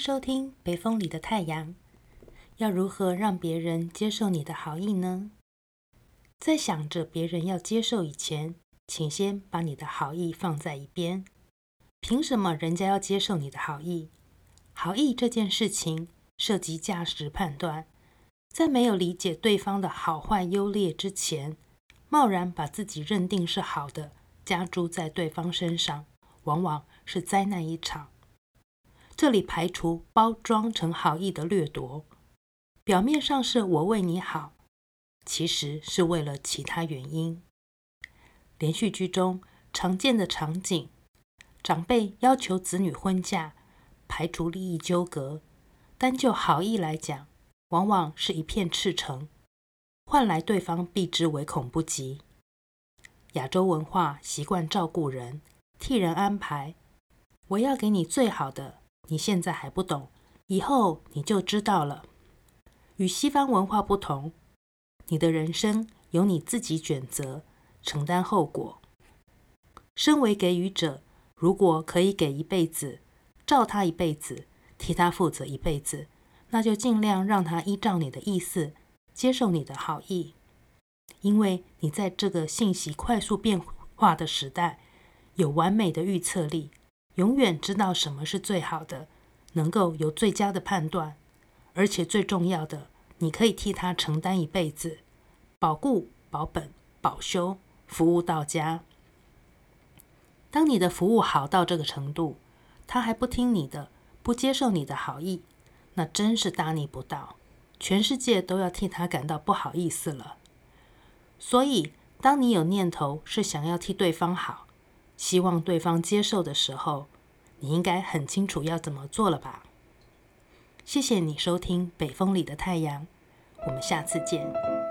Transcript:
收听《北风里的太阳》。要如何让别人接受你的好意呢？在想着别人要接受以前，请先把你的好意放在一边。凭什么人家要接受你的好意？好意这件事情涉及价值判断，在没有理解对方的好坏优劣之前，贸然把自己认定是好的加诸在对方身上，往往是灾难一场。这里排除包装成好意的掠夺，表面上是我为你好，其实是为了其他原因。连续剧中常见的场景，长辈要求子女婚嫁，排除利益纠葛，单就好意来讲，往往是一片赤诚，换来对方避之唯恐不及。亚洲文化习惯照顾人，替人安排，我要给你最好的，你现在还不懂，以后你就知道了。与西方文化不同，你的人生由你自己选择，承担后果。身为给予者，如果可以给一辈子，照他一辈子，替他负责一辈子，那就尽量让他依照你的意思，接受你的好意。因为你在这个信息快速变化的时代，有完美的预测力，永远知道什么是最好的，能够有最佳的判断，而且最重要的，你可以替他承担一辈子，保固、保本、保修，服务到家。当你的服务好到这个程度，他还不听你的，不接受你的好意，那真是大逆不道，全世界都要替他感到不好意思了。所以，当你有念头是想要替对方好，希望对方接受的时候，你应该很清楚要怎么做了吧？谢谢你收听《北风里的太阳》，我们下次见。